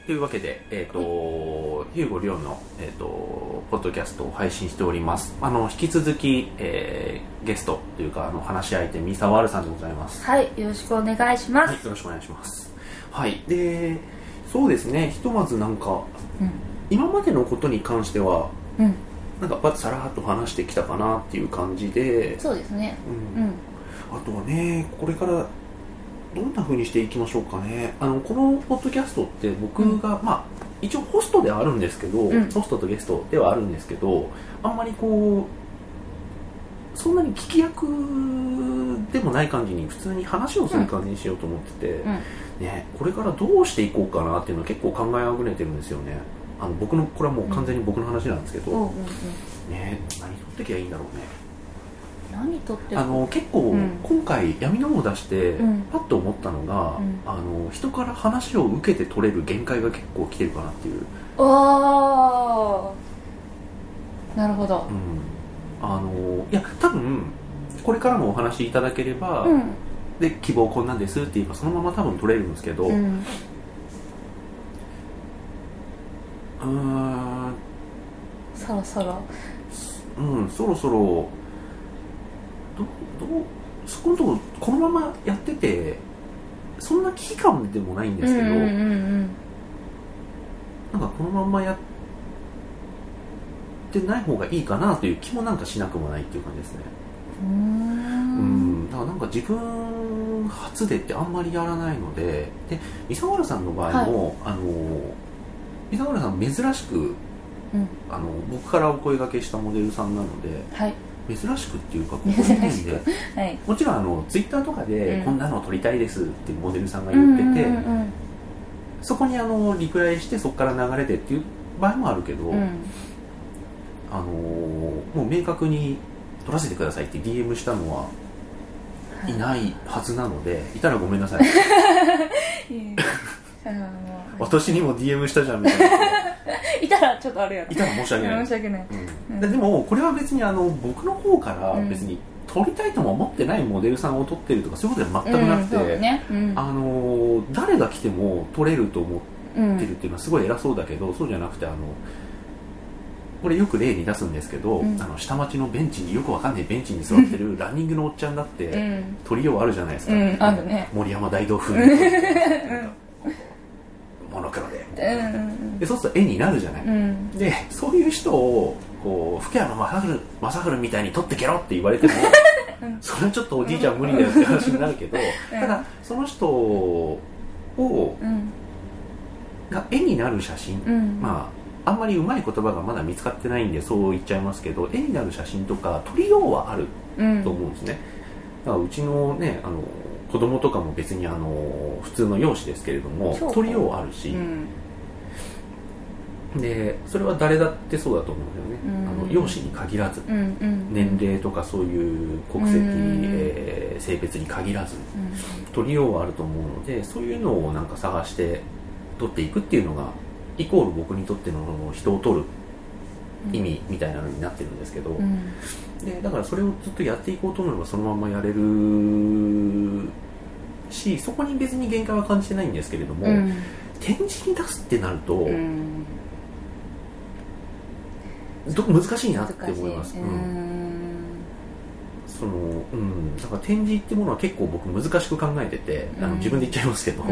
というわけで、ヒューゴリョウの、ポッドキャストを配信しております。引き続き、ゲストというか話し相手三沢るさんでございます。 はい、よろしくお願いします。 はい、よろしくお願いします。はい、でそうですね、ひとまずなんか、今までのことに関しては、なんかさらっと話してきたかなっていう感じで、 そうですね。 あとはね、これからどんな風にしていきましょうかね。このポッドキャストって僕が、一応ホストではあるんですけど、ホストとゲストではあるんですけど、あんまりこうそんなに聞き役でもない感じに普通に話をする感じにしようと思ってて、ね、これからどうしていこうかなっていうのは結構考えあぐねてるんですよね。これはもう完全に僕の話なんですけど、ね、何撮ってきゃいいんだろうね。 何撮って結構、今回闇の方を出して、パッと思ったのが、人から話を受けて取れる限界が結構来てるかなっていう。 ああ、なるほど。 いや多分これからもお話しいただければ、で希望こんなんですって言えばそのまま多分取れるんですけど、 そろそろそろそろそこのところこのままやっててそんな危機感でもないんですけど、なんかこのままやってない方がいいかなという気もなんかしなくもないっていう感じですね。だからなんか自分初でってあんまりやらないので、三沢さんの場合も、三沢さん珍しく、僕からお声掛けしたモデルさんなので、珍しくっていうかここ2年で、もちろんツイッターとかで、こんなの撮りたいですってモデルさんが言ってて、そこにリプライしてそこから流れてっていう場合もあるけど、もう明確に撮らせてくださいって DM したのはいないはずなので、いたらごめんなさい私にも DM したじゃんみたいな。 いたらちょっとあれやろ。 いたら申し訳ない。 申し訳ない。 でもこれは別に僕の方から別に撮りたいとも思ってないモデルさんを撮ってるとかそういうことでは全くなくて、誰が来ても撮れると思ってるっていうのはすごい偉そうだけど、そうじゃなくてこれよく例に出すんですけど、下町のベンチによくわかんないベンチに座ってるランニングのおっちゃんだって撮りようあるじゃないですか。 あるね。 森山大道風にモノクロで、そうすると絵になるじゃない。でそういう人をこう福山雅治みたいに撮ってけろって言われてもそれはちょっとおじいちゃん無理だよって話になるけど、ただその人を、が絵になる写真、あんまりうまい言葉がまだ見つかってないんでそう言っちゃいますけど、絵になる写真とか撮りようはあると思うんですね。だからうちのね子供とかも別に普通の容姿ですけれども撮りようあるし、でそれは誰だってそうだと思うんですよね。容姿に限らず、年齢とかそういう国籍、性別に限らず、撮りようはあると思うので、そういうのをなんか探して撮っていくっていうのがイコール僕にとっての人を撮る意味みたいなのになってるんですけど、でだからそれをずっとやっていこうと思えばそのままやれるし、そこに別に限界は感じてないんですけれども、展示に出すってなると、難しいなって思います。だから展示ってものは結構僕難しく考えてて、自分で言っちゃいますけど、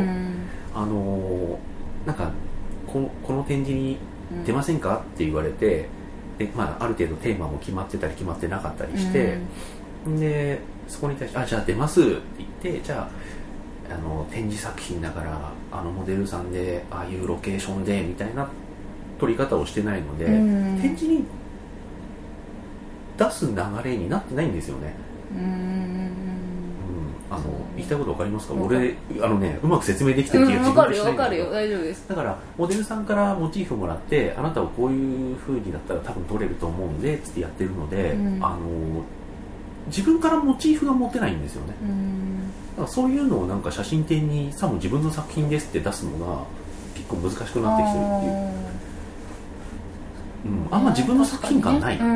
なんかこの展示に出ませんかって言われて、である程度テーマも決まってたり決まってなかったりして、でそこに対してじゃあ出ますって言って、じゃあ展示作品だからモデルさんでああいうロケーションでみたいな撮り方をしてないので、展示に出す流れになってないんですよね。言いたいこと分かりますか？俺うまく説明できてる気が自分でしないんだけど、 大丈夫です。 だからモデルさんからモチーフもらって、あなたはこういう風にだったら多分撮れると思うんでつってやってるので、自分からモチーフが持てないんですよね。だからそういうのをなんか写真展にさも自分の作品ですって出すのが結構難しくなってきてるっていう、あんま自分の作品感ないっていう、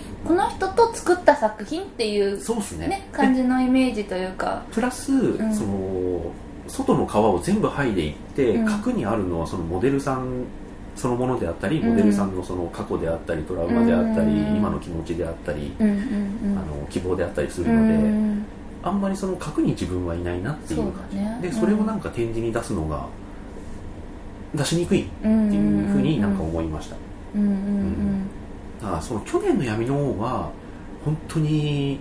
この人と作った作品っていう、 そうですね、 感じのイメージというか、 プラス、その外の皮を全部剥いでいって、核にあるのはそのモデルさんそのものであったり、モデルさんのその過去であったり、トラウマであったり、今の気持ちであったり、希望であったりするので、あんまりその核に自分はいないなっていう感じ、でそれをなんか展示に出すのが出しにくいっていうふうになんか思いました。だからその去年の闇の王は本当に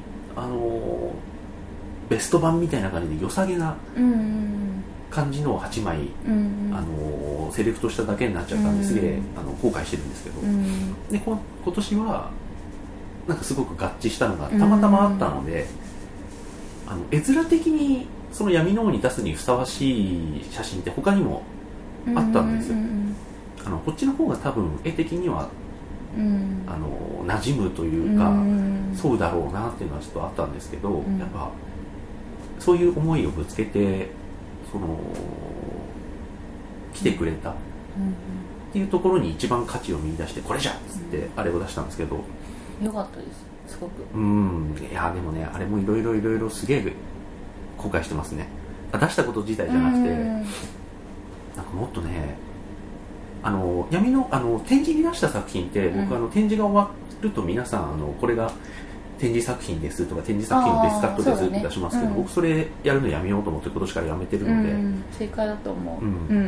ベスト版みたいな感じで良さげな感じの8枚、セレクトしただけになっちゃったんですげえ後悔してるんですけど、で今年はなんかすごく合致したのがたまたまあったので、絵面的にその闇の王に出すにふさわしい写真って他にもあったんですよ。こっちの方が多分絵的には馴染むというか、そうだろうなっていうのはちょっとあったんですけど、やっぱそういう思いをぶつけて来てくれたっていうところに一番価値を見出して、これじゃっつってあれを出したんですけど、 よかったです、すごく。 いやでもね、あれもいろいろすげえ後悔してますね。出したこと自体じゃなくて、なんかもっとね、闇の展示に出した作品って、僕展示が終わると皆さんこれが展示作品ですとか展示作品の別カットですって出しますけど、僕それやるのやめようと思って今年からやめてるので、 正解だと思う。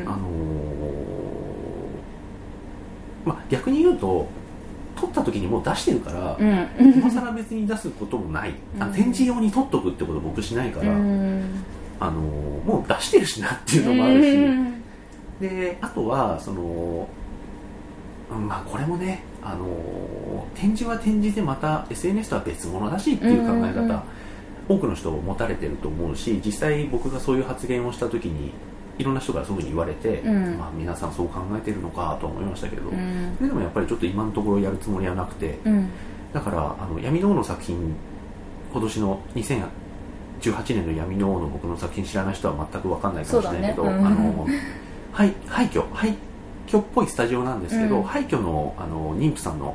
逆に言うと撮った時にもう出してるから、今更別に出すこともない、展示用に撮っとくってこと僕しないから、もう出してるしなっていうのもあるし、であとはこれもね、展示は展示でまた SNS とは別物だしっていう考え方、多くの人を持たれてると思うし、実際僕がそういう発言をした時にいろんな人からそういうふうに言われて、皆さんそう考えてるのかと思いましたけど、それでもやっぱりちょっと今のところやるつもりはなくて、だから闇の王の作品、今年の2018年の闇の王の僕の作品知らない人は全く分かんないかもしれないけど、廃墟っぽいスタジオなんですけど、廃墟の妊婦さんの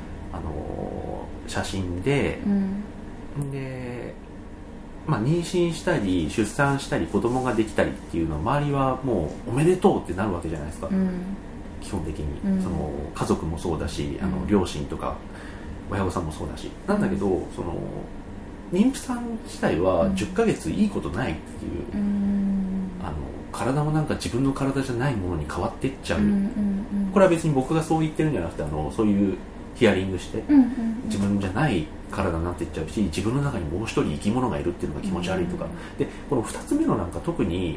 写真で、で妊娠したり出産したり子供ができたりっていうのは周りはもうおめでとうってなるわけじゃないですか、基本的に、その家族もそうだし、両親とか親御さんもそうだし、なんだけどその妊婦さん自体は10ヶ月いいことないっていう、体もなんか自分の体じゃないものに変わっていっちゃう、これは別に僕がそう言ってるんじゃなくてそういうヒアリングして、自分じゃない体になっていっちゃうし、自分の中にもう一人生き物がいるっていうのが気持ち悪いとか、でこの2つ目のなんか特に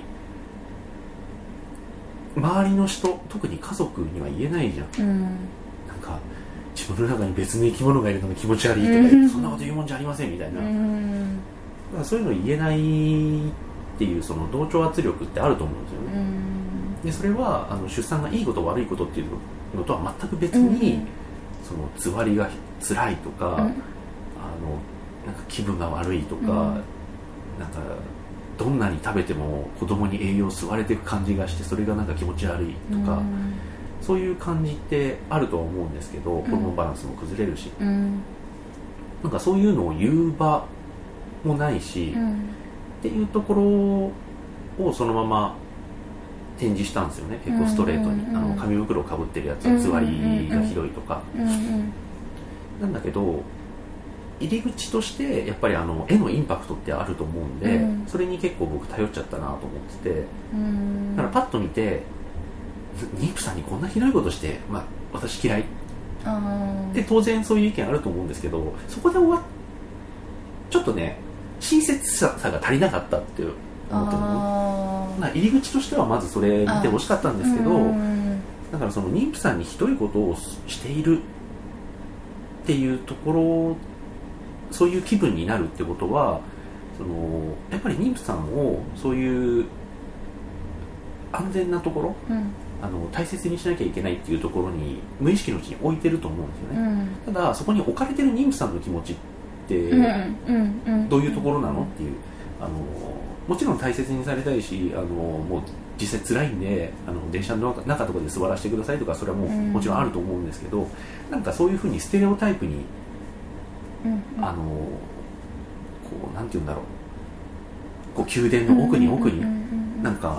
周りの人、特に家族には言えないじゃん、なんか自分の中に別の生き物がいるのが気持ち悪いとか、そんなこと言うもんじゃありませんみたいな、だからそういうの言えないっていうその同調圧力ってあると思うんですよね。でそれは出産がいいこと悪いことっていうのとは全く別に、そのつわりが辛いとか、なんか気分が悪いとか、なんかどんなに食べても子供に栄養吸われていく感じがして、それがなんか気持ち悪いとか、そういう感じってあると思うんですけど、ホルモンバランスも崩れるし、なんかそういうのを言う場もないし、っていうところをそのまま展示したんですよね。結構ストレートに、紙袋をかぶってるやつはつわりがひどいとか、なんだけど入り口としてやっぱり絵のインパクトってあると思うんで、それに結構僕頼っちゃったなと思ってて、だからパッと見て妊婦さんにこんなひどいことして、私嫌いで当然そういう意見あると思うんですけど、そこでちょっとね親切さが足りなかったって思ってるの。入り口としてはまずそれ見てほしかったんですけど、だからその妊婦さんにひどいことをしているっていうところ、そういう気分になるってことは、やっぱり妊婦さんをそういう安全なところ、大切にしなきゃいけないっていうところに無意識のうちに置いてると思うんですよね、ただそこに置かれてる妊婦さんの気持ちってどういうところなのっていう、もちろん大切にされたいし、もう実際辛いんで電車の中とかで座らせてくださいとか、それはもちろんあると思うんですけど、なんかそういうふうにステレオタイプに、こうなんていうんだろう、こう宮殿の奥になんか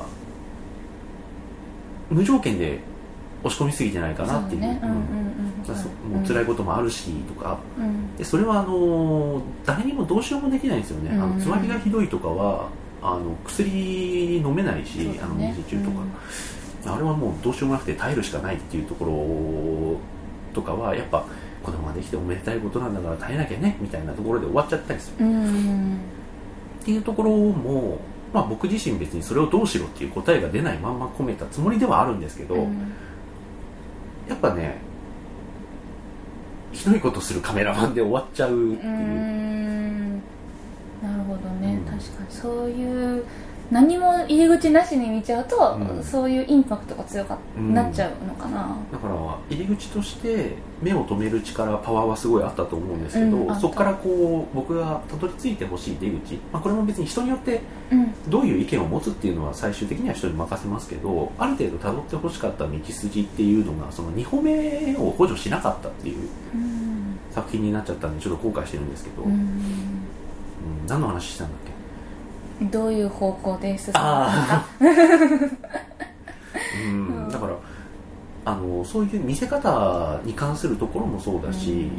無条件で押し込みすぎてないかなっていう、もう辛いこともあるしとか、でそれは誰にもどうしようもできないんですよね。つわりがひどいとかは薬飲めないし、二次中とか、あれはもうどうしようもなくて耐えるしかないっていうところとかはやっぱ子供ができておめでたいことなんだから耐えなきゃねみたいなところで終わっちゃったりする、っていうところも、僕自身別にそれをどうしろっていう答えが出ないまんま込めたつもりではあるんですけど、やっぱねひどいことするカメラマンで終わっちゃうっていう。 なるほどね、確かにそういう何も入り口なしに見ちゃうと、そういうインパクトが強くなっちゃうのかな。 だから入り口として目を止める力パワーはすごいあったと思うんですけど、そこからこう僕がたどり着いてほしい出口、これも別に人によってどういう意見を持つっていうのは最終的には人に任せますけど、ある程度たどってほしかった道筋っていうのがその2歩目を補助しなかったっていう作品になっちゃったんでちょっと後悔してるんですけど、何の話したんだっけ。 どういう方向で進むのかだからそういう見せ方に関するところもそうだし、 そうだね、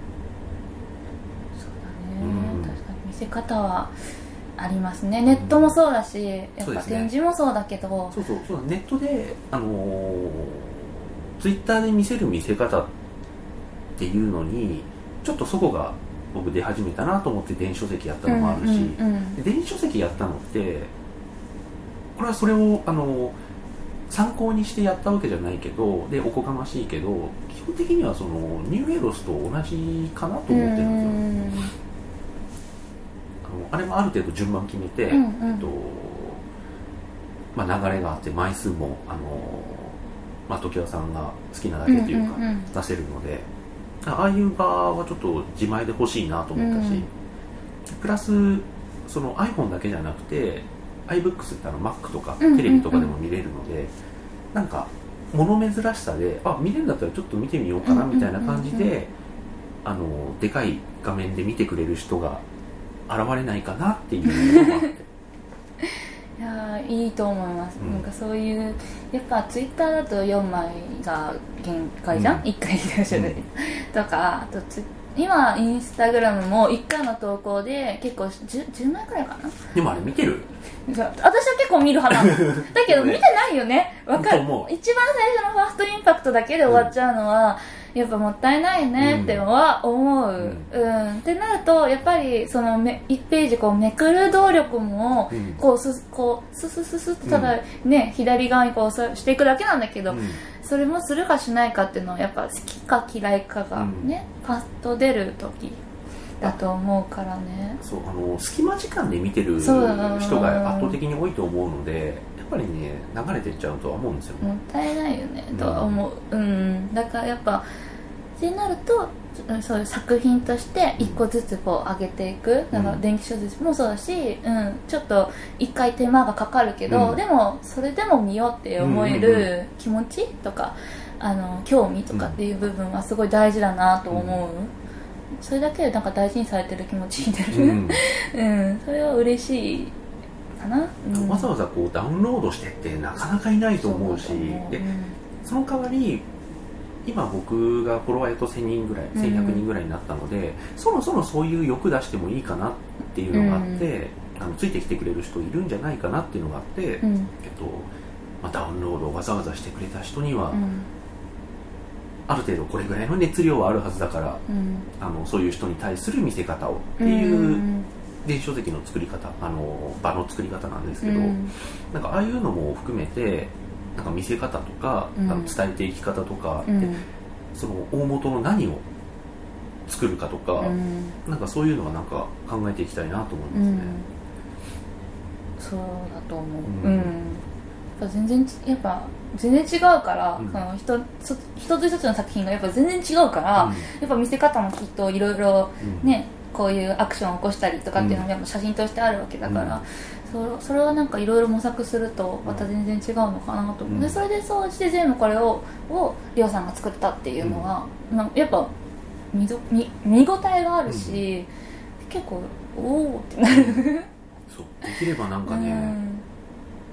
確かに見せ方はありますね。ネットもそうだし、やっぱ展示もそうだけど、 そうネットでツイッターで見せる見せ方っていうのにちょっとそこが僕出始めたなと思って電子書籍やったのもあるし、電子書籍やったのってこれはそれを参考にしてやったわけじゃないけど、でおこがましいけど基本的にはそのニューエロスと同じかなと思ってるんですよ。あれもある程度順番決めて、流れがあって枚数も常盤さんが好きなだけというか出せるので、ああいう場はちょっと自前で欲しいなと思ったし、プラスその iPhone だけじゃなくて iBooks ってMac とかテレビとかでも見れるので、なんか物珍しさで見れるんだったらちょっと見てみようかなみたいな感じで、でかい画面で見てくれる人が現れないかなっていうのもあっていやいいと思います、なんかそういうやっぱツイッターだと4枚が限界じゃん、1回でしょ、とか、あと今インスタグラムも1回の投稿で結構 10枚くらいかな。 でもあれ見てる？ 私は結構見る派なのだけど見てないよね。わかる。一番最初のファーストインパクトだけで終わっちゃうのは、やっぱもったいないねっては思う、ってなるとやっぱりその1ページこうめくる動力もこうススってただね、左側にこうしていくだけなんだけど、それもするかしないかっていうのはやっぱ好きか嫌いかがね、パッと出る時だと思うからね。 そう隙間時間で見てる人が圧倒的に多いと思うので、やっぱりね流れてっちゃうとは思うんですよね。 もったいないよね、とは思う。だからやっぱってなるとそういう作品として一個ずつこう上げていく、だから電気書籍もそうだし、ちょっと一回手間がかかるけど、でもそれでも見ようって思える気持ちとか興味とかっていう部分はすごい大事だなと思う、それだけでなんか大事にされてる気持ちになる、それは嬉しいかな、 わざわざこうダウンロードしてってなかなかいないと思うし、でその代わり今僕がフォロワー1000人ぐらい1100人ぐらいになったので、そろそろそういう欲出してもいいかなっていうのがあって、ついてきてくれる人いるんじゃないかなっていうのがあって、ダウンロードをわざわざしてくれた人には、ある程度これぐらいの熱量はあるはずだから、そういう人に対する見せ方をっていう電子書籍の作り方、場の作り方なんですけど、なんかああいうのも含めてなんか見せ方とか、伝えていき方とか、その大元の何を作るかとか、なんかそういうのはなんか考えていきたいなと思いますね。 そうだと思う。やっぱ全然違うから、その一つ一つの作品がやっぱ全然違うから、やっぱ見せ方もきっといろいろね、こういうアクションを起こしたりとかっていうのはやっぱ写真としてあるわけだから、それはなんかいろいろ模索するとまた全然違うのかなと思う、でそれでそうして全部これをリオさんが作ったっていうのは、やっぱ見応えがあるし、結構おおってなるそうできればなんかね、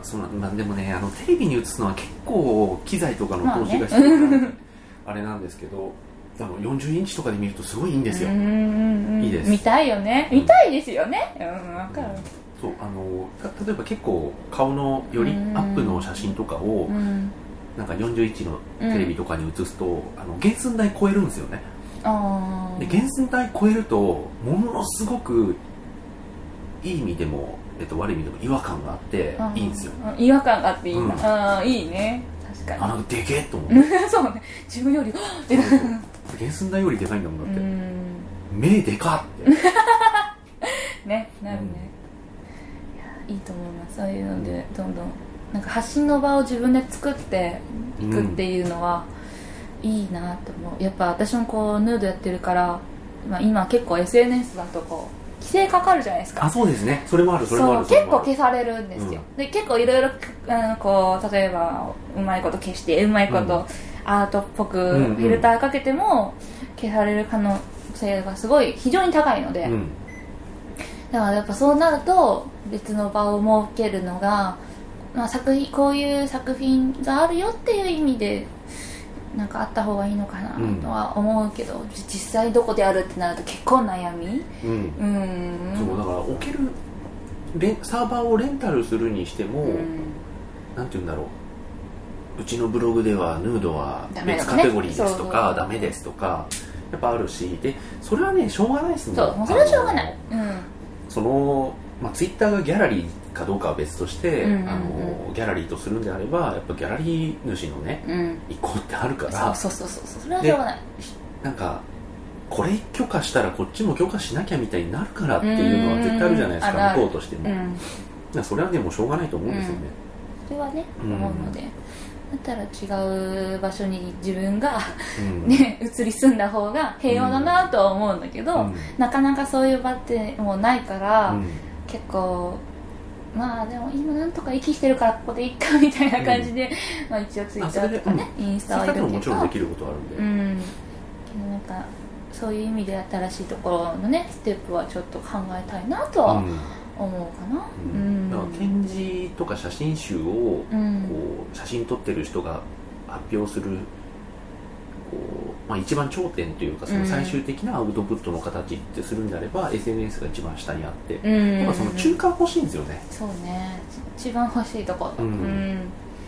そうなん、まあ、でもねテレビに映すのは結構機材とかの投資が必要なので、あれなんですけど40インチとかで見るとすごいいいんですよ。いいです。 見たいよね、見たいですよね。分かる。 そう例えば結構顔のよりアップの写真とかをなんか41のテレビとかに映すと原寸大超えるんですよね。で原寸大超えるとものすごくいい意味でも、悪い意味でも違和感があっていいんですよ。 違和感があっていいな、いいね。確かにでけえと思ってそうね、自分より原寸大よりでかいんだもん。だって目でかってね、なるね。いいと思います。そういうのでどんどんなんか発信の場を自分で作っていくっていうのはいいなと思う。やっぱ私もこうヌードやってるから、今結構 SNS だとこう規制かかるじゃないですか。 そうですね。それもある。それもある。 結構消されるんですよ。で結構いろいろこう例えばうまいこと消してうまいことアートっぽくフィルターかけても消される可能性がすごい非常に高いので、だからやっぱそうなると別の場を設けるのが、こういう作品があるよっていう意味でなんかあった方がいいのかなとは思うけど、実際どこでやるってなると結構悩み。 そうだから置けるサーバーをレンタルするにしても、なんて言うんだろう、うちのブログではヌードは別カテゴリーですとかダメですとかやっぱあるし、でそれはねしょうがないですね。 それはしょうがない。 ツイッターがギャラリーかどうかは別として、ギャラリーとするんであればやっぱギャラリー主のね、意向ってあるから、 それはしょうがない。 なんかこれ許可したらこっちも許可しなきゃみたいになるからっていうのは絶対あるじゃないですか、向こうとしても。それはねもうしょうがないと思うんですよね。 それはね思うので、だったら違う場所に自分が、ね、移り住んだ方が平和だなとは思うんだけど、なかなかそういう場ってもうないから、結構でも今なんとか息してるからここでいっかみたいな感じで、一応ツイッターとかね、インスタはいるけど、 もちろんできることはあるんで、 けどなんかそういう意味で新しいところのねステップはちょっと考えたいなとは思うかな。 だから展示とか写真集をこう写真撮ってる人が発表する一番頂点というかその最終的なアウトプットの形ってするんであれば、SNS が一番下にあって、やっぱその中間欲しいんですよね。 そうね、一番欲しいところ。そうね、それは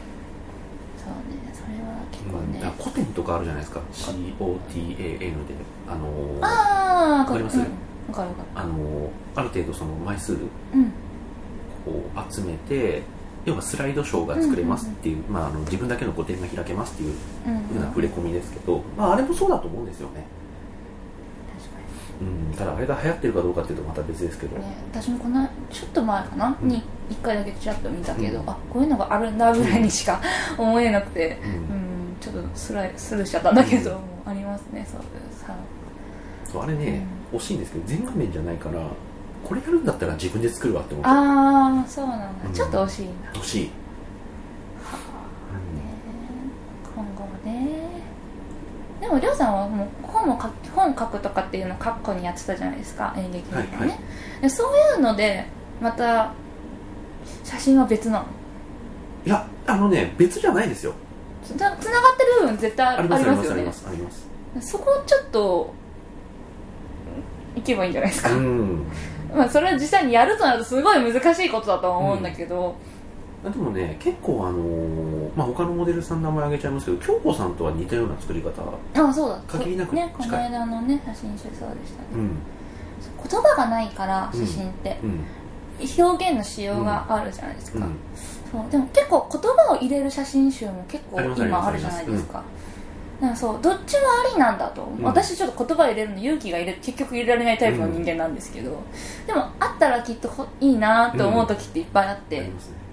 結構ね。 古典とかあるじゃないですか。COTAN でわかります？ わかる。 ある程度その枚数こう集めて、要はスライドショーが作れますっていう、自分だけの個展が開けますっていうふうな触れ込みですけど、あれもそうだと思うんですよね。 確かに。 ただあれが流行ってるかどうかっていうとまた別ですけど、 私もちょっと前かな、に1回だけちらっと見たけど、こういうのがあるんだぐらいにしか思えなくて、ちょっとスルーしちゃったんだけど、ありますね。 そうあれね、惜しいんですけど全画面じゃないから、これやるんだったら自分で作るわって思って。 そうなんだ、ちょっと惜しいんだ。 惜しい。 今後もね。でもりょうさんはもう本書くとかっていうのを過去にやってたじゃないですか、演劇とかね。でそういうのでまた写真は別なの？ いや別じゃないですよ。 つながってる部分絶対ありますよね。 あります。 そこをちょっと行けばいいんじゃないですか。それは実際にやるとなるとすごい難しいことだと思うんだけど、 でもね結構他のモデルさんの名前挙げちゃいますけど、京子さんとは似たような作り方。 そうだ、 限りなく近い。 この間のね写真集そうでしたね。言葉がないから写真って、表現のしようがあるじゃないですか。そうでも結構言葉を入れる写真集も結構今あるじゃないですか。なんかそうどっちもありなんだと、私ちょっと言葉入れるの勇気が結局入れられないタイプの人間なんですけど、でもあったらきっといいなと思う時っていっぱいあって、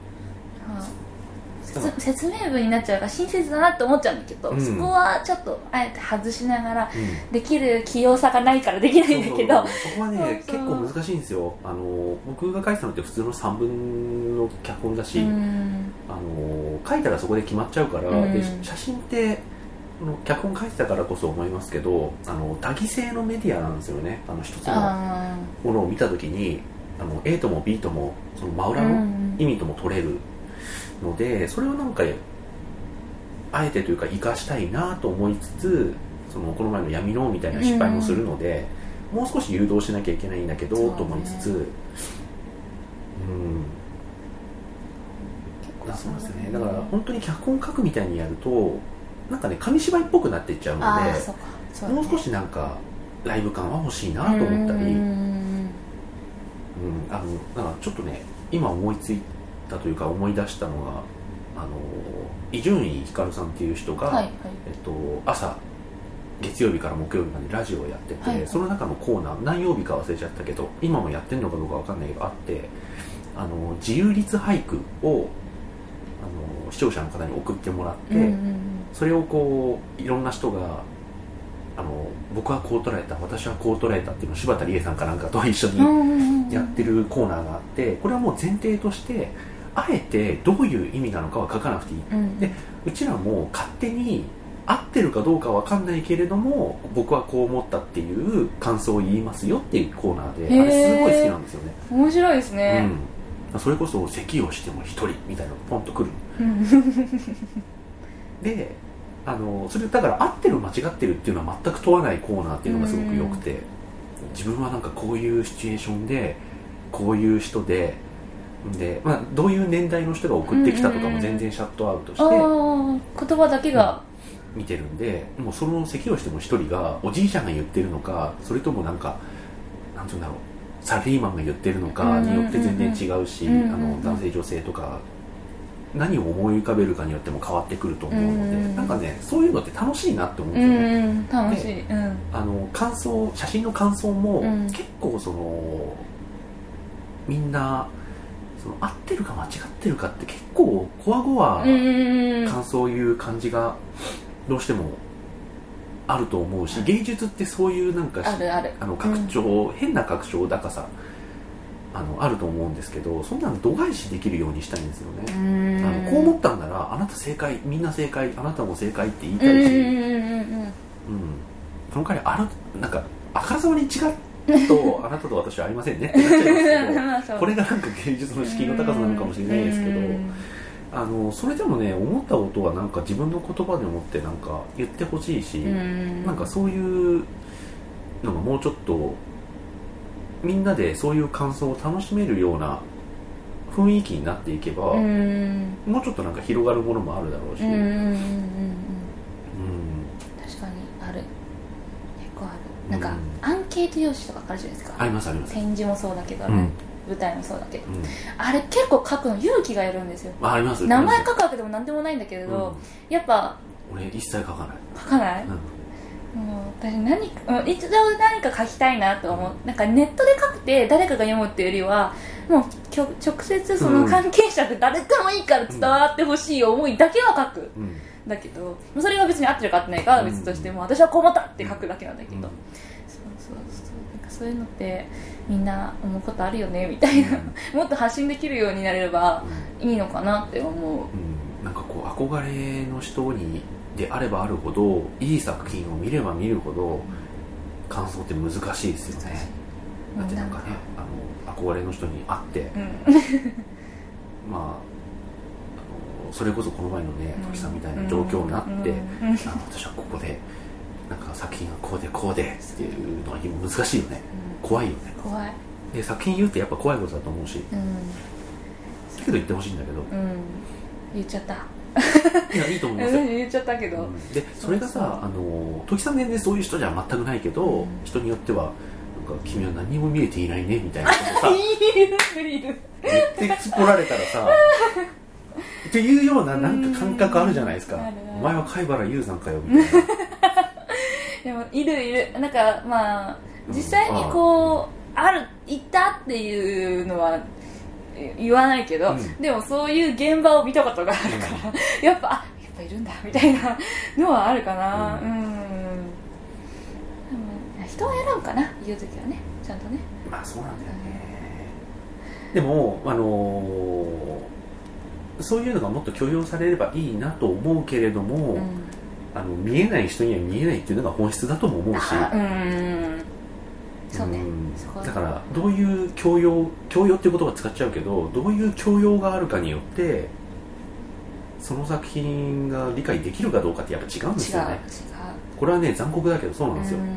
説明文になっちゃうから親切だなって思っちゃうんだけど、そこはちょっとあえて外しながら、できる器用さがないからできないんだけど、 そこはね結構難しいんですよ。僕が書いてたのって普通の3分の脚本だし、書いたらそこで決まっちゃうから、で写真って脚本書いてたからこそ思いますけど、多義性のメディアなんですよね。一つのものを見た時にA とも B ともその真裏の意味とも取れる。 ので、それをなんかあえてというか生かしたいなと思いつつ、この前の闇のみたいな失敗もするので、もう少し誘導しなきゃいけないんだけど、と思いつつ、そうですね。だから本当に脚本書くみたいにやるとなんかね、紙芝居っぽくなっていっちゃうので、もう少しなんかライブ感は欲しいなと思ったり、だからちょっとね、今思いついたというか思い出したのが、伊集院光さんっていう人が、朝月曜日から木曜日までラジオをやってて、その中のコーナー何曜日か忘れちゃったけど、今もやってるのかどうか分かんないけどあって、自由律俳句を視聴者の方に送ってもらって、それをこういろんな人が僕はこう捉えた、私はこう捉えたっていうのを柴田理恵さんかなんかと一緒にやってるコーナーがあって、これはもう前提としてあえてどういう意味なのかは書かなくていい、でうちらも勝手に合ってるかどうかは分かんないけれども僕はこう思ったっていう感想を言いますよっていうコーナーで、あれすごい好きなんですよね。 面白いですね、 それこそ咳をしても一人みたいなのポンとくるでそれだから合ってる間違ってるっていうのは全く問わないコーナーっていうのがすごく良くて、自分はなんかこういうシチュエーションでこういう人で、どういう年代の人が送ってきたとかも全然シャットアウトして、 言葉だけが、 見てるんで、もうその咳をしても一人がおじいちゃんが言ってるのか、それともなんかなんていうんだろう、サラリーマンが言ってるのかによって全然違うし、男性女性とか何を思い浮かべるかによっても変わってくると思うので、なんかね、そういうのって楽しいなって思うんですよね。 楽しい、 感想、写真の感想も、結構みんな合ってるか間違ってるかって結構こわごわ感想を言う感じがどうしてもあると思うし、芸術ってそういうなんか拡張、変な拡張高さあると思うんですけど、そんなの度外視できるようにしたいんですよね。こう思ったんならあなた正解、みんな正解、あなたも正解って言いたいし、その代わりなんかあからさまに違うとあなたと私はありませんねってなっちゃいますけどこれがなんか芸術の敷居の高さなのかもしれないですけど、それでもね、思ったことはなんか自分の言葉で思ってなんか言ってほしいし、なんかそういうのがもうちょっとみんなでそういう感想を楽しめるような雰囲気になっていけば、もうちょっとなんか広がるものもあるだろうし、確かにある、結構ある。なんかアンケート用紙とかあるじゃないですか。 ありますあります。 展示もそうだけど、舞台もそうだけど、あれ結構書くの勇気がいるんですよ。 あります。 名前書くわけでも何でもないんだけれど、やっぱ俺一切書かない。 書かない？もう私一度何か書きたいなと思う。なんかネットで書くて誰かが読むっていうよりは、もう直接その関係者で誰でもいいから伝わってほしい思いだけは書く。だけどそれが別に合ってるか合ってないかは別としても、私はこう思ったって書くだけなんだけど、そういうのってみんな思うことあるよねみたいな、もっと発信できるようになれればいいのかなって思う。 なんかこう憧れの人にであればあるほど、いい作品を見れば見るほど感想って難しいですよね。だってなんかね、憧れの人に会って、それこそこの前のね、時さんみたいな状況になって、私はここでなんか作品がこうでこうでっていうのは難しいよね、怖いよね。 怖いで、作品言うってやっぱ怖いことだと思うし、だけど言ってほしいんだけど、 言っちゃったいや、いいと思いますよ言っちゃったけど、 でそれがさ、時さん全然そういう人じゃ全くないけど、人によってはなんか君は何も見えていないねみたいなことさいる言って突っ込られたらさっていうようななんか感覚あるじゃないですか。お前は貝原雄山かよみたいなでもいるなんか実際にこう、いたっていうのは言わないけど、でもそういう現場を見たことがあるから、やっぱいるんだみたいなのはあるかな。でも人を選ぶかな、言う時はね、ちゃんとね。 そうなんだよね。でもそういうのがもっと許容されればいいなと思うけれども、見えない人には見えないっていうのが本質だとも思うし、 そうね、 だからどういう教養っていう言葉使っちゃうけど、どういう教養があるかによってその作品が理解できるかどうかってやっぱ違うんですよね。 違うこれはね残酷だけどそうなんですよ。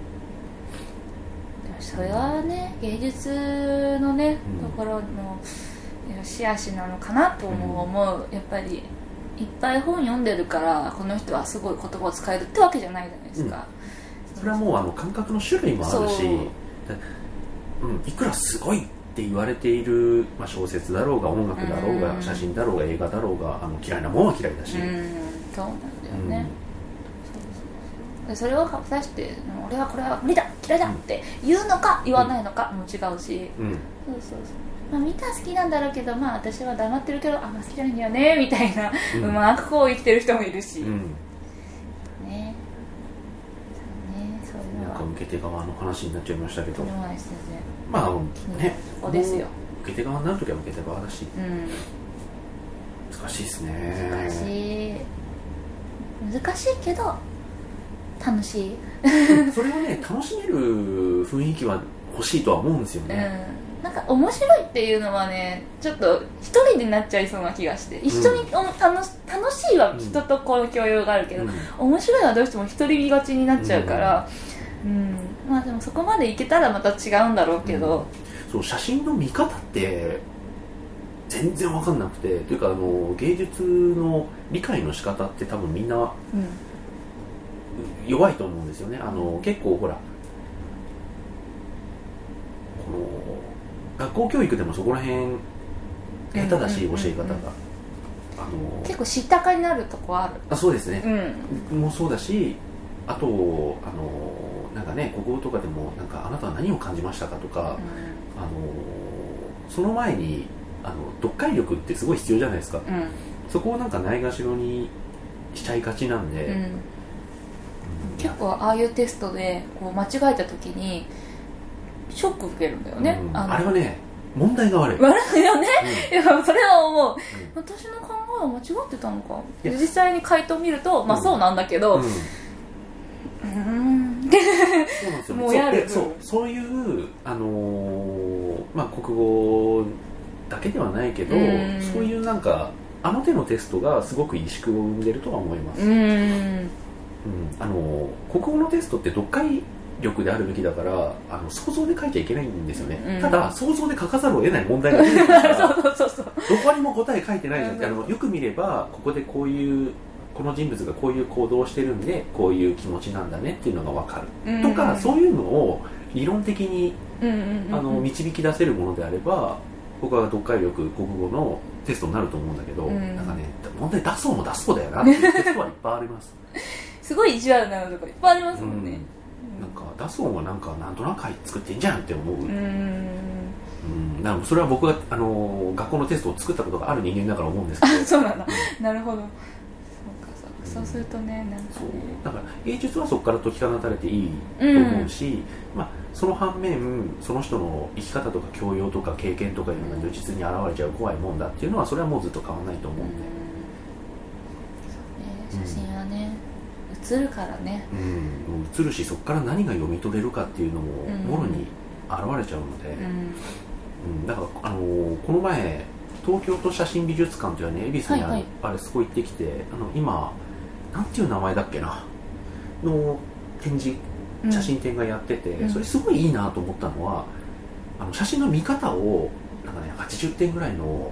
それはね芸術のね、ところの良し悪しなのかなと思う、やっぱりいっぱい本読んでるからこの人はすごい言葉を使えるってわけじゃないじゃないですか、 それはもう感覚の種類もあるし、いくらすごいって言われている、小説だろうが音楽だろうが写真だろうが映画だろうが嫌いなもんは嫌いだし、 そうなんだよね、それを果たして俺はこれは無理だ嫌いだって言うのか言わないのかも違うし、みんな好きなんだろうけど、私は黙ってるけど好きじゃないんだよねみたいな、うまくこう生きてる人もいるし、ね、そういうのはなんか受け手側の話になっちゃいましたけど、 そうですね、 ここですよ。受け手側になるときは受け手側だし、難しいですね。 難しいけど楽しいそれをね楽しめる雰囲気は欲しいとは思うんですよね、 なんか面白いっていうのはねちょっと一人でなっちゃいそうな気がして、一緒に楽しいは人とこう共有があるけど、面白いはどうしても一人見がちになっちゃうから、でもそこまでいけたらまた違うんだろうけど、 そう写真の見方って全然分かんなくて、というか芸術の理解の仕方って多分みんな、弱いと思うんですよね。結構ほらこの学校教育でもそこら辺下手だし、教え方が結構知ったかになるとこある。 そうですね、もうそうだし、あとなんかね国語とかでもなんかあなたは何を感じましたかとか、その前に読解力ってすごい必要じゃないですか、そこをなんかないがしろにしちゃいがちなんで、 結構ああいうテストでこう間違えた時にショック受けるんだよね、 あれはね問題が悪いよね、いやそれは思う、私の考えは間違ってたのか、実際に回答を見るとそうなんだけど、 そうなんですよね。 もうやるそういう国語だけではないけど、そういうなんか手のテストがすごく萎縮を生んでるとは思います。国語のテストって読解力であるべきだから想像で書いちゃいけないんですよね、ただ想像で書かざるを得ない問題が出てくるからどこにも答え書いてないじゃんってよく見ればここでこの人物がこういう行動をしてるんでこういう気持ちなんだねっていうのが分かる、とかそういうのを理論的に導き出せるものであれば僕は読解力国語のテストになると思うんだけど、なんかね問題出そうも出そうだよなっていうテストはいっぱいありますすごい意地悪なのとこいっぱいありますもんね、 なんか出そうもなんとなく作ってんじゃんって思う。それは僕が学校のテストを作ったことがある人間だから思うんですけどそうなんだ、なるほど、そうするとね、 だから芸術はそこから解き放たれていいと思うし、その反面その人の生き方とか教養とか経験とかいうのが如実に現れちゃう怖いもんだっていうのはそれはもうずっと変わらないと思うんで、 写真はね映るからね、 映るしそこから何が読み取れるかっていうのももろに現れちゃうので、だからこの前東京都写真美術館というね恵比寿にある、あれそこ行ってきて今なんていう名前だっけなの展示写真展がやってて、それすごいいいなと思ったのは写真の見方をなんかね80点ぐらいの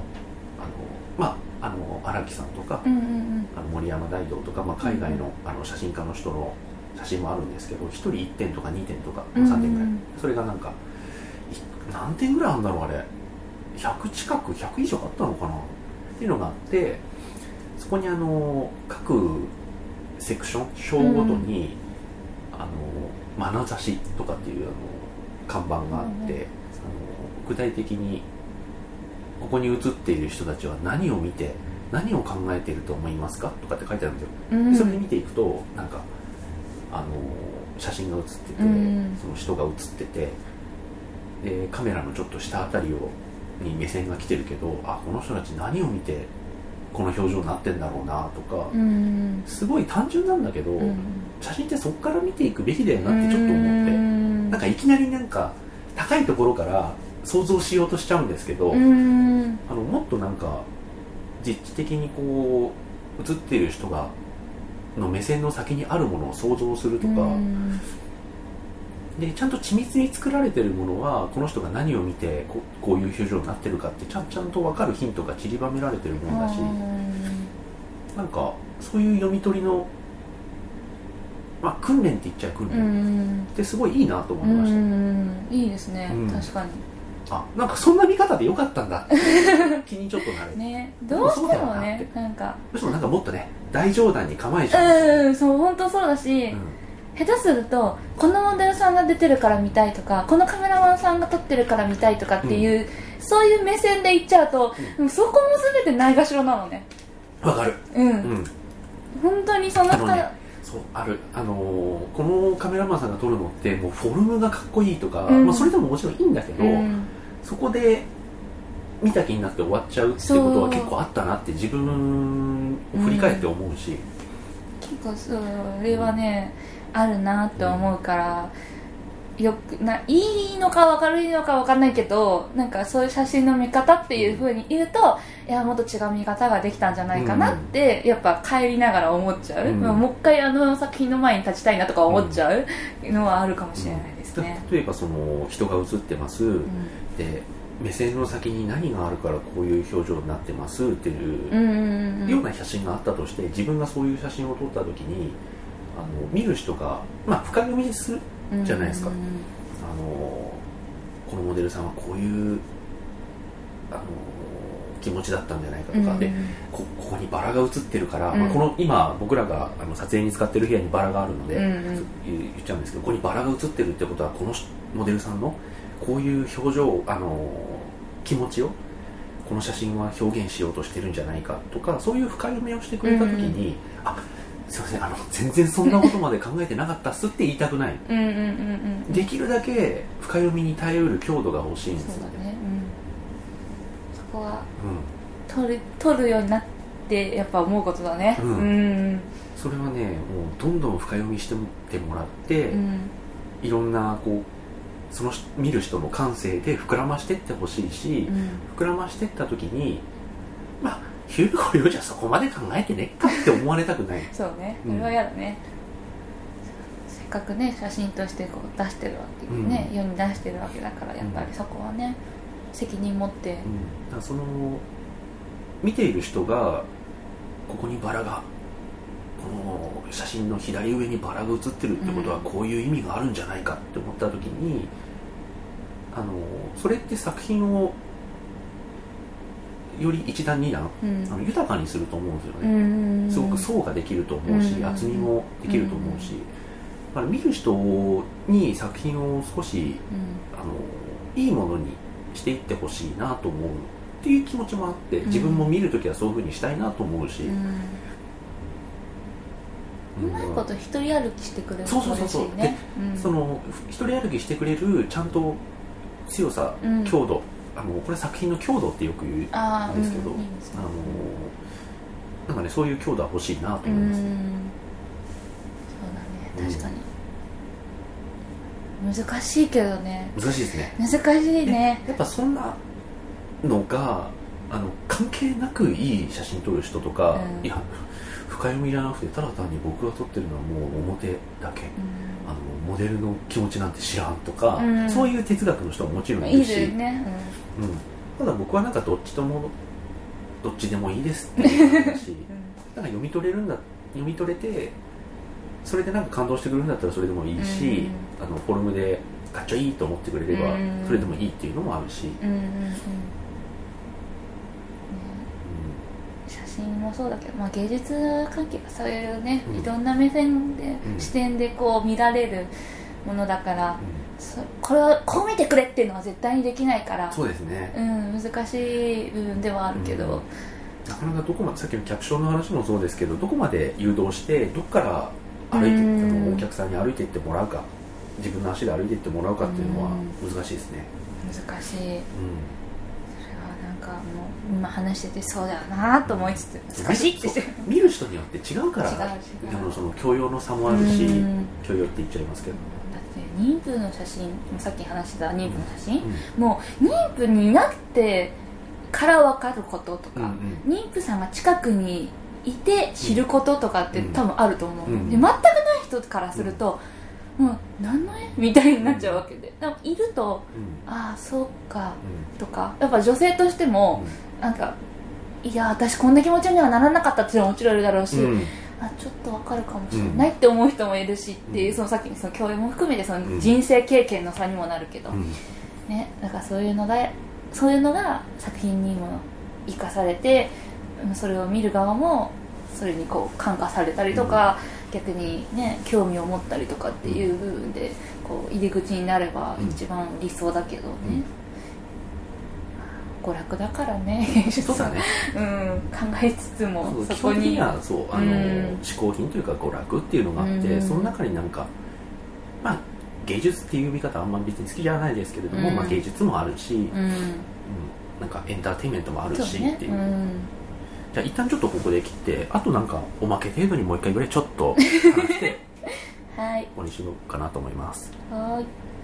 荒木さんとか、森山大道とか、海外の写真家の人の写真もあるんですけど1人1点とか2点とか3点ぐらい、それがなんか何点ぐらいあるんだろうあれ100近く100以上あったのかなっていうのがあって、そこに各セクション章ごとに眼差しとかっていう看板があって、具体的にここに写っている人たちは何を見て何を考えていると思いますかとかって書いてあるんですよ、それで見ていくとなんか写真が写ってて、その人が写っててでカメラのちょっと下あたりに目線が来てるけどこの人たち何を見てこの表情になってんだろうなとか、すごい単純なんだけど、写真ってそこから見ていくべきだよなってちょっと思って、なんかいきなりなんか高いところから想像しようとしちゃうんですけど、もっとなんか実地的にこ写っている人がの目線の先にあるものを想像するとか、でちゃんと緻密に作られているものはこの人が何を見てこういう表情になってるかってちゃんと分かるヒントが散りばめられてるものだし、なんかそういう読み取りの、訓練って言っちゃう訓練ってすごいいいなと思いました。 いいですね、確かに。 なんかそんな見方でよかったんだって気にちょっとなるね、どうしてもね、なんかどうしてもなんかもっとね大冗談に構えちゃう。 そう本当そうだし、下手するとこのモデルさんが出てるから見たいとか、このカメラマンさんが撮ってるから見たいとかっていう、そういう目線で言っちゃうと、そこも全てないがしろなのね。 わかる。 本当にそのそうある、このカメラマンさんが撮るのってもうフォルムがかっこいいとか、それでももちろんいいんだけど、そこで見た気になって終わっちゃうってことは結構あったなって自分を振り返って思うし、 結構それはね、あるなって思うから、いいのか悪いのか分かんないけど、なんかそういう写真の見方っていう風に言うと、いやもっと違う見方ができたんじゃないかなって、やっぱ帰りながら思っちゃう、もう一回作品の前に立ちたいなとか思っちゃうのはあるかもしれないですね。 例えばその人が写ってます、で目線の先に何があるからこういう表情になってますっていうような写真があったとして、自分がそういう写真を撮った時に見る人が深読みするじゃないですか。このモデルさんはこういう気持ちだったんじゃないかとか、でここにバラが映ってるから、この今僕らが撮影に使ってる部屋にバラがあるので、言っちゃうんですけど、ここにバラが映ってるってことはこのモデルさんのこういう表情、気持ちをこの写真は表現しようとしてるんじゃないかとか、そういう深読みをしてくれた時に、すいません、全然そんなことまで考えてなかったっすって言いたくない。できるだけ深読みに耐えうる強度が欲しいんですよね。 そうだね、そこは、取るようになってやっぱ思うことだね。 それはね、もうどんどん深読みしてってもらって、いろんなその見る人の感性で膨らましてってほしいし、膨らましてった時にヒューゴよじゃそこまで考えてねっかって思われたくない。 そうね、それは嫌だね。せっかくね写真として出してるわけでね、世に出してるわけだから、やっぱりそこはね、責任持って、 だからその見ている人がここにバラが、この写真の左上にバラが写ってるってことはこういう意味があるんじゃないかって思った時に、それって作品をより一段二段、豊かにすると思うんですよね。すごく層ができると思うし、厚みもできると思うし、見る人に作品を少し、いいものにしていってほしいなと思うっていう気持ちもあって、自分も見るときはそういうふうにしたいなと思うし、 うまいこと一人歩きしてくれる。 そうで、その一人歩きしてくれるちゃんと強さ、強度、これ作品の強度ってよく言うんですけど、なんかね、そういう強度は欲しいなと思います。 そうだね、確かに難しいけどね。 難しいですね。 難しいね。 やっぱそんなのが関係なくいい写真撮る人とか、いや深読みじゃなくてただ単に僕が撮ってるのはもう表だけ、モデルの気持ちなんて知らんとか、そういう哲学の人はもちろんいるし、 いいね、 ただ僕はなんかどっちでもいいですっていう話なんか読み取れて、それでなんか感動してくれるんだったらそれでもいいし、フォルムでかっちょいいと思ってくれればそれでもいいっていうのもあるし、 写真もそうだけど、芸術関係がそういうね、いろんな目線で、視点でこう見られるものだから、これはこう見てくれっていうのは絶対にできないから、 そうですね、 難しい部分ではあるけど、 なかなかどこまで、さっきのキャプションの話もそうですけど、どこまで誘導してどこから歩いていってお客さんに歩いていってもらうか、自分の足で歩いていってもらうかっていうのは難しいですね。 難しい、それはなんかもう今話しててそうだよなと思いつつ、難しいって見る人によって違うから、その教養の差もあるし、教養って言っちゃいますけど、 だって妊婦の写真、さっき話してた妊婦の写真、もう妊婦になってから分かることとか、妊婦さんが近くにいて知ることとかって多分あると思う、で全くない人からすると、もう何の絵みたいになっちゃうわけで、なんかいると、ああそうか、とかやっぱ女性としても、なんかいや私こんな気持ちにはならなかったっていうのはもちろんいるだろうし、あちょっとわかるかもしれないって思う人もいるしっていう、そのさっきのその教養も含めてその人生経験の差にもなるけど、ね、だからそういうのが作品にも生かされて、それを見る側もそれにこう感化されたりとか、逆にね興味を持ったりとかっていう部分でこう入り口になれば一番理想だけどね、娯楽だからねそうだね、 考えつつもそこに基本的にはそう嗜好品というか娯楽っていうのがあって、その中になんかまあ芸術っていう呼び方はあんまり別に好きじゃないですけれども、まあ、芸術もあるし、なんかエンターテインメントもあるしっていう、じゃあ一旦ちょっとここで切って、あとなんかおまけ程度にもう一回ぐらいちょっと話して終わりにしようかなと思います。 はい。